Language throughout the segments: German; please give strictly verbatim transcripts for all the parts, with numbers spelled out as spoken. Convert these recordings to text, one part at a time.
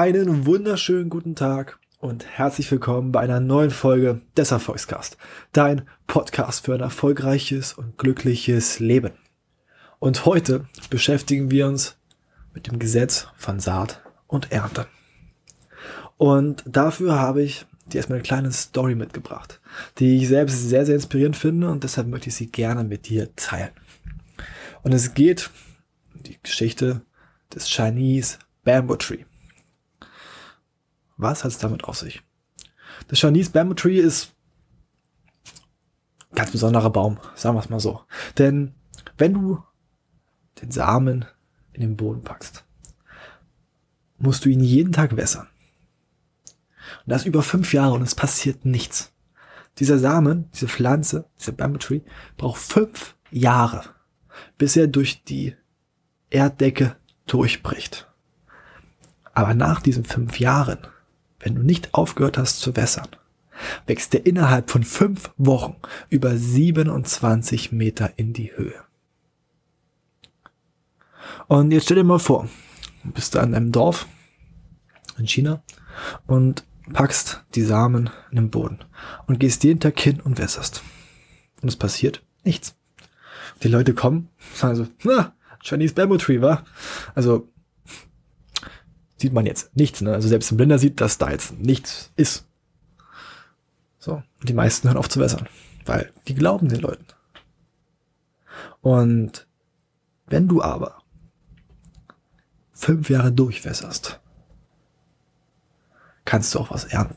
Einen wunderschönen guten Tag und herzlich willkommen bei einer neuen Folge des Erfolgscast, dein Podcast für ein erfolgreiches und glückliches Leben. Und heute beschäftigen wir uns mit dem Gesetz von Saat und Ernte. Und dafür habe ich dir erstmal eine kleine Story mitgebracht, die ich selbst sehr, sehr inspirierend finde und deshalb möchte ich sie gerne mit dir teilen. Und es geht um die Geschichte des Chinese Bamboo Tree. Was hat es damit auf sich? Das Chinese Bamboo Tree ist ein ganz besonderer Baum, sagen wir es mal so. Denn wenn du den Samen in den Boden packst, musst du ihn jeden Tag wässern. Und das über fünf Jahre und es passiert nichts. Dieser Samen, diese Pflanze, dieser Bamboo Tree, braucht fünf Jahre, bis er durch die Erddecke durchbricht. Aber nach diesen fünf Jahren, wenn du nicht aufgehört hast zu wässern, wächst er innerhalb von fünf Wochen über siebenundzwanzig Meter in die Höhe. Und jetzt stell dir mal vor, du bist da in einem Dorf in China und packst die Samen in den Boden und gehst jeden Tag hin und wässerst. Und es passiert nichts. Die Leute kommen und sagen so, na, Chinese Bamboo Tree, wa? Also, sieht man jetzt nichts, ne? Also selbst ein Blinder sieht, dass da jetzt nichts ist. So, und die meisten hören auf zu wässern, weil die glauben den Leuten. Und wenn du aber fünf Jahre durchwässerst, kannst du auch was ernten.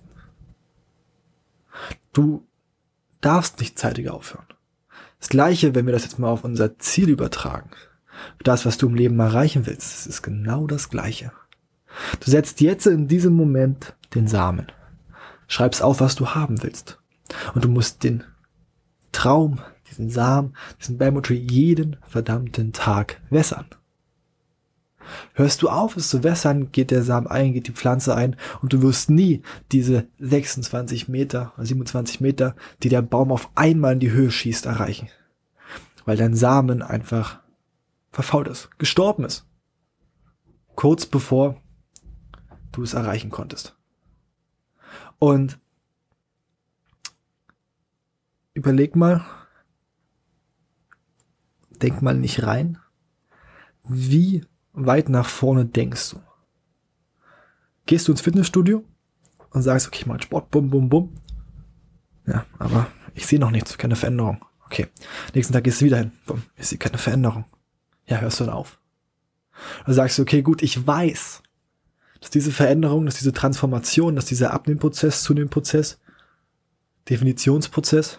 Du darfst nicht zeitig aufhören. Das Gleiche, wenn wir das jetzt mal auf unser Ziel übertragen. Das, was du im Leben erreichen willst, das ist genau das Gleiche. Du setzt jetzt in diesem Moment den Samen. Schreibst auf, was du haben willst. Und du musst den Traum, diesen Samen, diesen Bamboo Tree jeden verdammten Tag wässern. Hörst du auf, es zu wässern, geht der Samen ein, geht die Pflanze ein und du wirst nie diese sechsundzwanzig Meter oder siebenundzwanzig Meter, die der Baum auf einmal in die Höhe schießt, erreichen. Weil dein Samen einfach verfault ist, gestorben ist. Kurz bevor du es erreichen konntest. Und überleg mal, denk mal nicht rein, wie weit nach vorne denkst du? Gehst du ins Fitnessstudio und sagst, okay, ich mach Sport, bum, bum, bum. Ja, aber ich sehe noch nichts, keine Veränderung. Okay, nächsten Tag gehst du wieder hin, bum, ich sehe keine Veränderung. Ja, hörst du dann auf. Dann sagst du, okay, gut, ich weiß, dass diese Veränderung, dass diese Transformation, dass dieser Abnehmprozess, Zunehmprozess, Definitionsprozess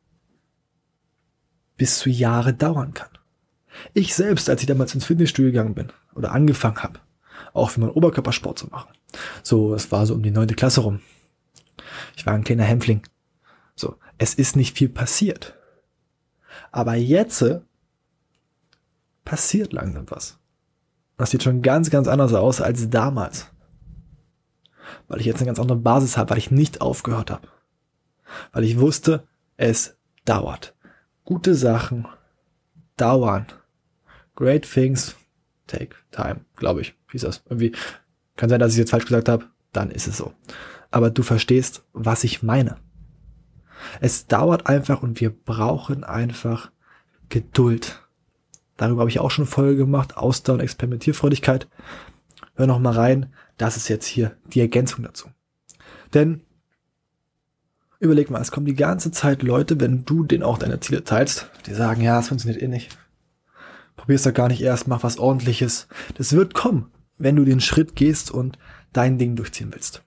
bis zu Jahre dauern kann. Ich selbst, als ich damals ins Fitnessstudio gegangen bin oder angefangen habe, auch für meinen Oberkörpersport zu machen, so, es war so um die neunte Klasse rum. Ich war ein kleiner Hämpfling. So, es ist nicht viel passiert. Aber jetzt passiert langsam was. Das sieht schon ganz, ganz anders aus als damals. Weil ich jetzt eine ganz andere Basis habe, weil ich nicht aufgehört habe. Weil ich wusste, es dauert. Gute Sachen dauern. Great things take time, glaube ich. Wie ist das? Irgendwie kann sein, dass ich jetzt falsch gesagt habe. Dann ist es so. Aber du verstehst, was ich meine. Es dauert einfach und wir brauchen einfach Geduld. Darüber habe ich auch schon eine Folge gemacht, Ausdauer und Experimentierfreudigkeit. Hör noch mal rein, das ist jetzt hier die Ergänzung dazu. Denn, überleg mal, es kommen die ganze Zeit Leute, wenn du denen auch deine Ziele teilst, die sagen, ja, es funktioniert eh nicht. Probier's doch gar nicht erst, mach was Ordentliches. Das wird kommen, wenn du den Schritt gehst und dein Ding durchziehen willst.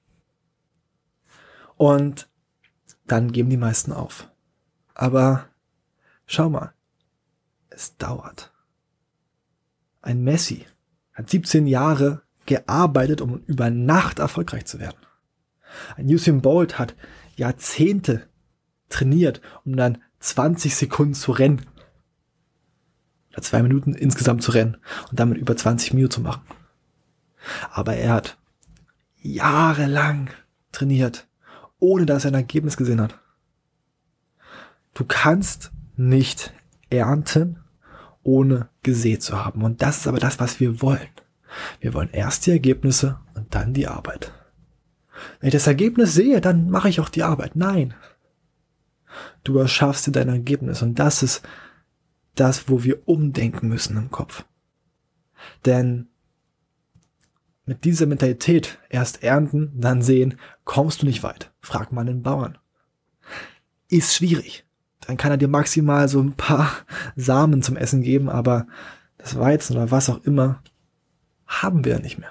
Und dann geben die meisten auf. Aber schau mal, es dauert. Ein Messi hat siebzehn Jahre gearbeitet, um über Nacht erfolgreich zu werden. Ein Usain Bolt hat Jahrzehnte trainiert, um dann zwanzig Sekunden zu rennen. Oder zwei Minuten insgesamt zu rennen und damit über zwanzig Minuten zu machen. Aber er hat jahrelang trainiert, ohne dass er ein Ergebnis gesehen hat. Du kannst nicht ernten, ohne gesät zu haben. Und das ist aber das, was wir wollen. Wir wollen erst die Ergebnisse und und dann die Arbeit. Wenn ich das Ergebnis sehe, dann mache ich auch die Arbeit. Nein. Du erschaffst dir dein Ergebnis und das ist das, wo wir umdenken müssen im Kopf. Denn mit dieser Mentalität erst ernten, dann sehen, kommst du nicht weit. Frag mal den Bauern. Ist schwierig. Dann kann er dir maximal so ein paar Samen zum Essen geben, aber das Weizen oder was auch immer haben wir nicht mehr.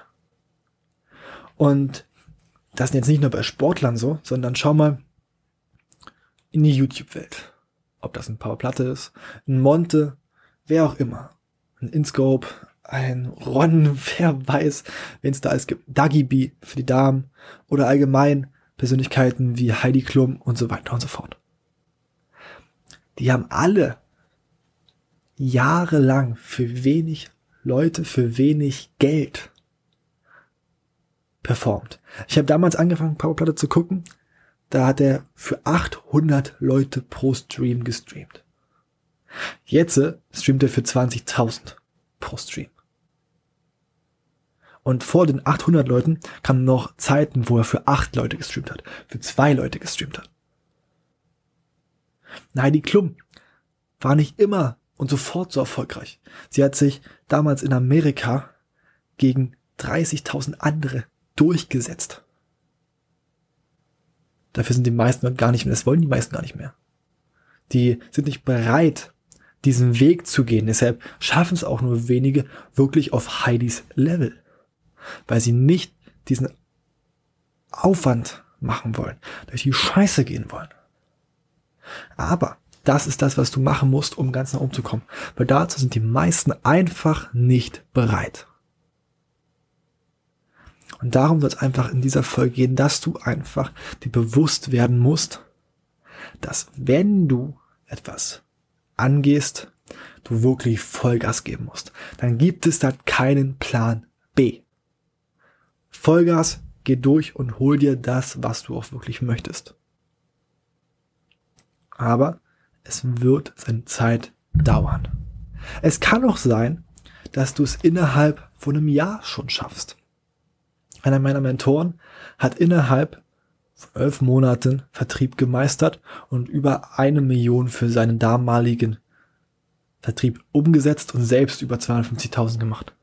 Und das ist jetzt nicht nur bei Sportlern so, sondern schau mal in die YouTube-Welt. Ob das ein Paul Platte ist, ein Monte, wer auch immer. Ein InScope, ein Ron, wer weiß, wen es da alles gibt. Dagi B für die Damen oder allgemein Persönlichkeiten wie Heidi Klum und so weiter und so fort. Die haben alle jahrelang für wenig Leute, für wenig Geld performt. Ich habe damals angefangen, Paul Platte zu gucken. Da hat er für achthundert Leute pro Stream gestreamt. Jetzt äh, streamt er für zwanzigtausend pro Stream. Und vor den achthundert Leuten kamen noch Zeiten, wo er für acht Leute gestreamt hat, für zwei Leute gestreamt hat. Heidi Klum war nicht immer und sofort so erfolgreich. Sie hat sich damals in Amerika gegen dreißigtausend andere durchgesetzt. Dafür sind die meisten gar nicht mehr, das wollen die meisten gar nicht mehr. Die sind nicht bereit, diesen Weg zu gehen. Deshalb schaffen es auch nur wenige wirklich auf Heidis Level. Weil sie nicht diesen Aufwand machen wollen, durch die Scheiße gehen wollen. Aber das ist das, was du machen musst, um ganz nach oben zu kommen. Weil dazu sind die meisten einfach nicht bereit. Und darum soll es einfach in dieser Folge gehen, dass du einfach dir bewusst werden musst, dass wenn du etwas angehst, du wirklich Vollgas geben musst. Dann gibt es da keinen Plan B. Vollgas, geh durch und hol dir das, was du auch wirklich möchtest. Aber es wird seine Zeit dauern. Es kann auch sein, dass du es innerhalb von einem Jahr schon schaffst. Einer meiner Mentoren hat innerhalb von elf Monaten Vertrieb gemeistert und über eine Million für seinen damaligen Vertrieb umgesetzt und selbst über zweihundertfünfzigtausend gemacht.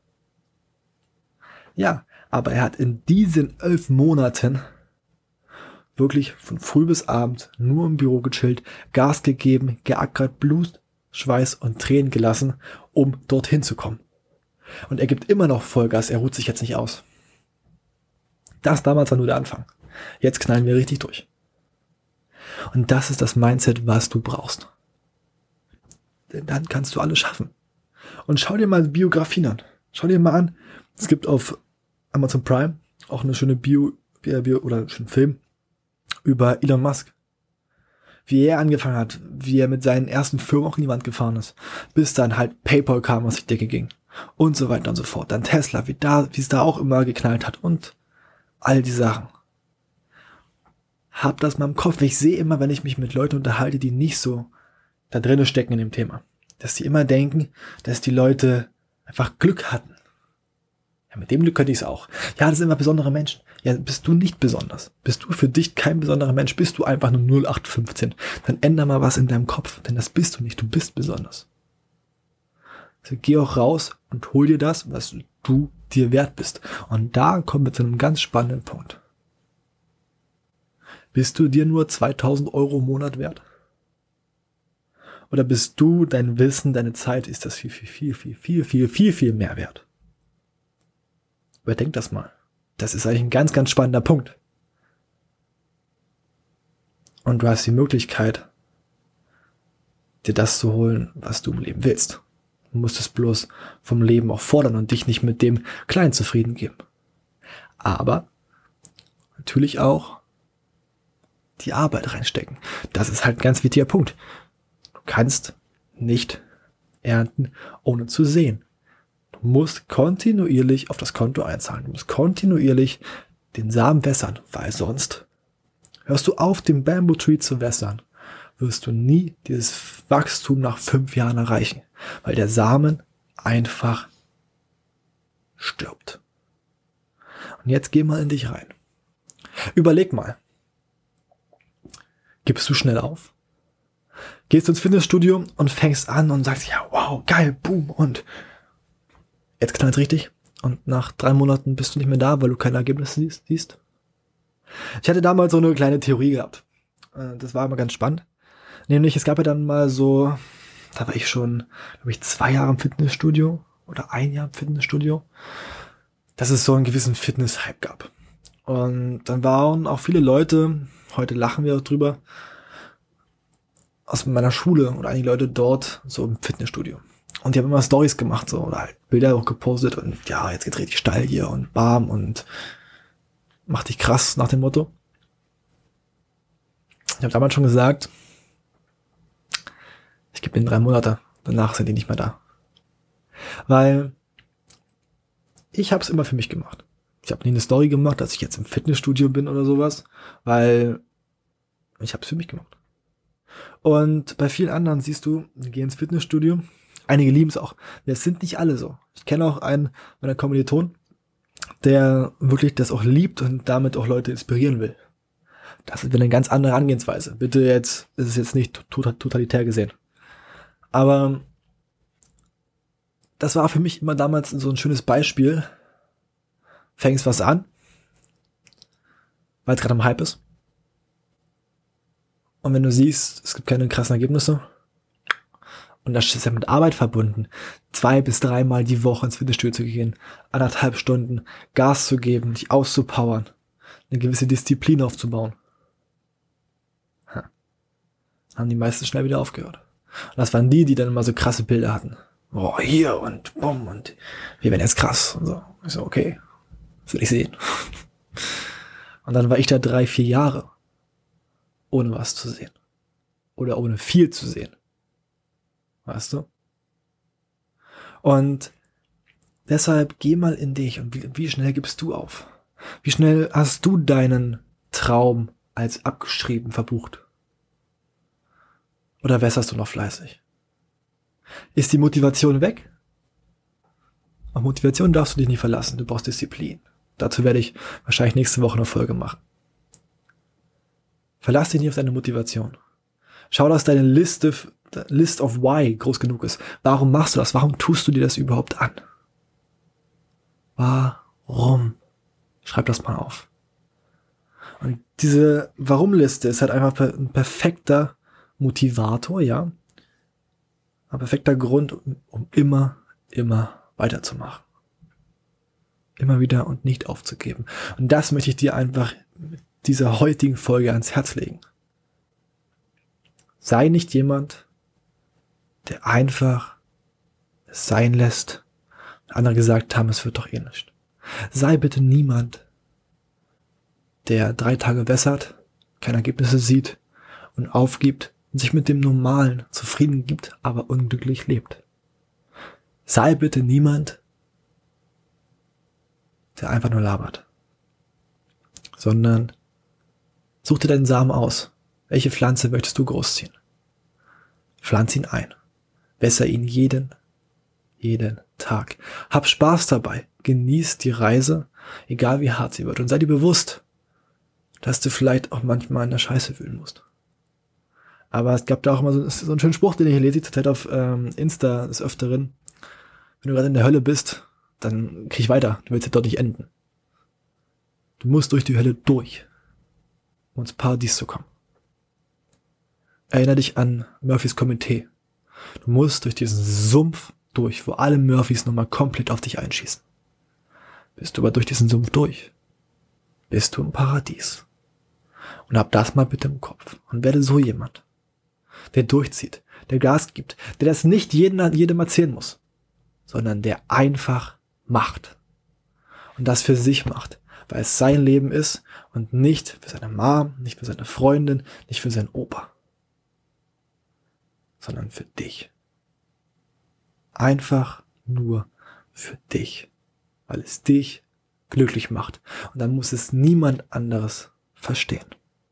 Ja, aber er hat in diesen elf Monaten wirklich von früh bis abend nur im Büro gechillt, Gas gegeben, geackert, Blut, Schweiß und Tränen gelassen, um dorthin zu kommen. Und er gibt immer noch Vollgas, er ruht sich jetzt nicht aus. Das damals war nur der Anfang. Jetzt knallen wir richtig durch. Und das ist das Mindset, was du brauchst. Denn dann kannst du alles schaffen. Und schau dir mal Biografien an. Schau dir mal an, es gibt auf Amazon Prime auch eine schöne Bio, Bio oder einen schönen Film über Elon Musk. Wie er angefangen hat, wie er mit seinen ersten Firmen auch in die Wand gefahren ist, bis dann halt PayPal kam, was die Decke ging. Und so weiter und so fort. Dann Tesla, wie da, wie es da auch immer geknallt hat und all die Sachen. Hab das mal im Kopf. Ich sehe immer, wenn ich mich mit Leuten unterhalte, die nicht so da drinnen stecken in dem Thema, dass die immer denken, dass die Leute einfach Glück hatten. Ja, mit dem Glück könnte ich es auch. Ja, das sind immer besondere Menschen. Ja, bist du nicht besonders. Bist du für dich kein besonderer Mensch, bist du einfach nur null acht fünfzehn. Dann änder mal was in deinem Kopf, denn das bist du nicht. Du bist besonders. Also geh auch raus und hol dir das, was du dir wert bist. Und da kommen wir zu einem ganz spannenden Punkt. Bist du dir nur zweitausend Euro im Monat wert? Oder bist du, dein Wissen, deine Zeit, ist das viel, viel, viel, viel, viel, viel, viel, viel mehr wert? Überdenk das mal. Das ist eigentlich ein ganz, ganz spannender Punkt. Und du hast die Möglichkeit, dir das zu holen, was du im Leben willst. Du musst es bloß vom Leben auch fordern und dich nicht mit dem Kleinen zufrieden geben. Aber natürlich auch die Arbeit reinstecken. Das ist halt ein ganz wichtiger Punkt. Du kannst nicht ernten, ohne zu sehen. Du musst kontinuierlich auf das Konto einzahlen. Du musst kontinuierlich den Samen wässern, weil sonst hörst du auf, den Bamboo Tree zu wässern, wirst du nie dieses Wachstum nach fünf Jahren erreichen, weil der Samen einfach stirbt. Und jetzt geh mal in dich rein. Überleg mal. Gibst du schnell auf? Gehst du ins Fitnessstudio und fängst an und sagst, ja, wow, geil, boom, und jetzt knallt's richtig. Und nach drei Monaten bist du nicht mehr da, weil du keine Ergebnisse siehst. Ich hatte damals so eine kleine Theorie gehabt. Das war immer ganz spannend. Nämlich, es gab ja dann mal so, da war ich schon, glaube ich, zwei Jahre im Fitnessstudio oder ein Jahr im Fitnessstudio, dass es so einen gewissen Fitness-Hype gab. Und dann waren auch viele Leute, heute lachen wir auch drüber, aus meiner Schule oder einige Leute dort so im Fitnessstudio. Und die haben immer Storys gemacht, so, oder halt Bilder auch gepostet und ja, jetzt geht's richtig steil hier und bam und mach dich krass nach dem Motto. Ich habe damals schon gesagt, ich gebe ihnen drei Monate, danach sind die nicht mehr da. Weil ich habe es immer für mich gemacht. Ich habe nie eine Story gemacht, dass ich jetzt im Fitnessstudio bin oder sowas, weil ich habe es für mich gemacht. Und bei vielen anderen siehst du, die gehen ins Fitnessstudio. Einige lieben es auch. Es sind nicht alle so. Ich kenne auch einen meiner Kommilitonen, der wirklich das auch liebt und damit auch Leute inspirieren will. Das ist eine ganz andere Herangehensweise. Bitte jetzt, ist es jetzt nicht totalitär gesehen. Aber das war für mich immer damals so ein schönes Beispiel. Fängst was an, weil es gerade am Hype ist. Und wenn du siehst, es gibt keine krassen Ergebnisse, und das ist ja mit Arbeit verbunden, zwei bis dreimal die Woche ins Fitnessstudio zu gehen, anderthalb Stunden Gas zu geben, dich auszupowern, eine gewisse Disziplin aufzubauen, ha. haben die meisten schnell wieder aufgehört. Und das waren die, die dann immer so krasse Bilder hatten. Oh, hier und bumm und wir werden jetzt krass und so. Ich so, okay, das will ich sehen. Und dann war ich da drei, vier Jahre ohne was zu sehen. Oder ohne viel zu sehen. Weißt du? Und deshalb geh mal in dich und wie, wie schnell gibst du auf? Wie schnell hast du deinen Traum als abgeschrieben verbucht? Oder wässerst du noch fleißig? Ist die Motivation weg? Auf Motivation darfst du dich nicht verlassen, du brauchst Disziplin. Dazu werde ich wahrscheinlich nächste Woche eine Folge machen. Verlass dich nicht auf deine Motivation. Schau, dass deine Liste, List of Why groß genug ist. Warum machst du das? Warum tust du dir das überhaupt an? Warum? Schreib das mal auf. Und diese Warum-Liste ist halt einfach ein perfekter Motivator, ja. Ein perfekter Grund, um immer, immer weiterzumachen. Immer wieder und nicht aufzugeben. Und das möchte ich dir einfach mit dieser heutigen Folge ans Herz legen. Sei nicht jemand, der einfach es sein lässt. Andere gesagt haben, es wird doch eh nicht. Sei bitte niemand, der drei Tage wässert, keine Ergebnisse sieht und aufgibt und sich mit dem Normalen zufrieden gibt, aber unglücklich lebt. Sei bitte niemand, der einfach nur labert, sondern such dir deinen Samen aus. Welche Pflanze möchtest du großziehen? Pflanz ihn ein. Wässer ihn jeden, jeden Tag. Hab Spaß dabei. Genieß die Reise, egal wie hart sie wird. Und sei dir bewusst, dass du vielleicht auch manchmal in der Scheiße wühlen musst. Aber es gab da auch immer so, so einen schönen Spruch, den ich lese zurzeit auf ähm, Insta des Öfteren. Wenn du gerade in der Hölle bist, dann krieg weiter. Du willst ja dort nicht enden. Du musst durch die Hölle durch, um ins Paradies zu kommen. Erinnere dich an Murphys Komitee. Du musst durch diesen Sumpf durch, wo alle Murphys nochmal komplett auf dich einschießen. Bist du aber durch diesen Sumpf durch, bist du im Paradies. Und hab das mal bitte im Kopf. Und werde so jemand, der durchzieht, der Gas gibt, der das nicht jedem, jedem erzählen muss, sondern der einfach macht. Und das für sich macht, weil es sein Leben ist und nicht für seine Mom, nicht für seine Freundin, nicht für seinen Opa, sondern für dich. Einfach nur für dich, weil es dich glücklich macht. Und dann muss es niemand anderes verstehen.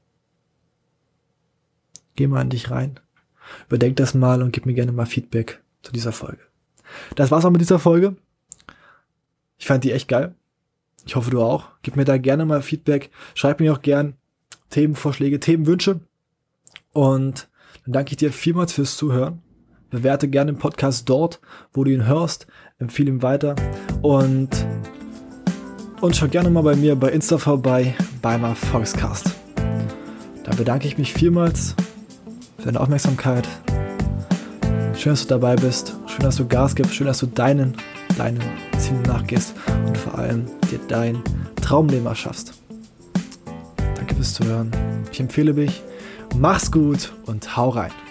Geh mal in dich rein, überdenk das mal und gib mir gerne mal Feedback zu dieser Folge. Das war's auch mit dieser Folge. Ich fand die echt geil. Ich hoffe, du auch. Gib mir da gerne mal Feedback. Schreib mir auch gern Themenvorschläge, Themenwünsche. Und dann danke ich dir vielmals fürs Zuhören. Bewerte gerne den Podcast dort, wo du ihn hörst. Empfehle ihn weiter. Und, und schau gerne mal bei mir bei Insta vorbei, beim Erfolgscast. Da bedanke ich mich vielmals für deine Aufmerksamkeit. Schön, dass du dabei bist. Schön, dass du Gas gibst. Schön, dass du deinen, deinen Zielen nachgehst. Und vor allem dir dein Traumleben erschaffst. Danke fürs Zuhören. Ich empfehle dich. Mach's gut und hau rein.